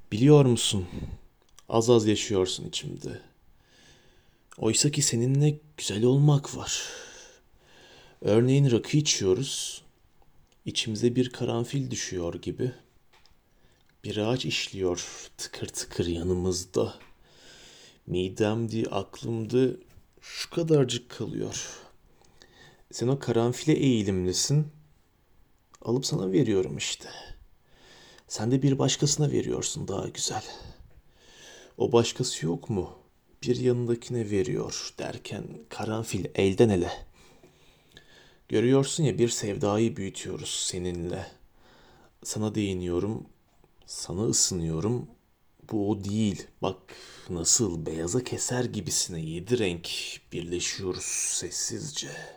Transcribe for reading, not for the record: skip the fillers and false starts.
Biliyor musun? Az az yaşıyorsun içimde. Oysa ki seninle güzel olmak var. Örneğin rakı içiyoruz. İçimize bir karanfil düşüyor gibi. Bir ağaç işliyor tıkır tıkır yanımızda. Midemdi, aklımdı şu kadarcık kalıyor. Sen o karanfile eğilimlisin. Alıp sana veriyorum işte. Sen de bir başkasına veriyorsun daha güzel. O başkası yok mu? Bir yanındakine veriyor derken karanfil elden ele. Görüyorsun ya bir sevdayı büyütüyoruz seninle. Sana değiniyorum, sana ısınıyorum. Bu o değil. Bak nasıl beyaza keser gibisine yedi renk birleşiyoruz sessizce.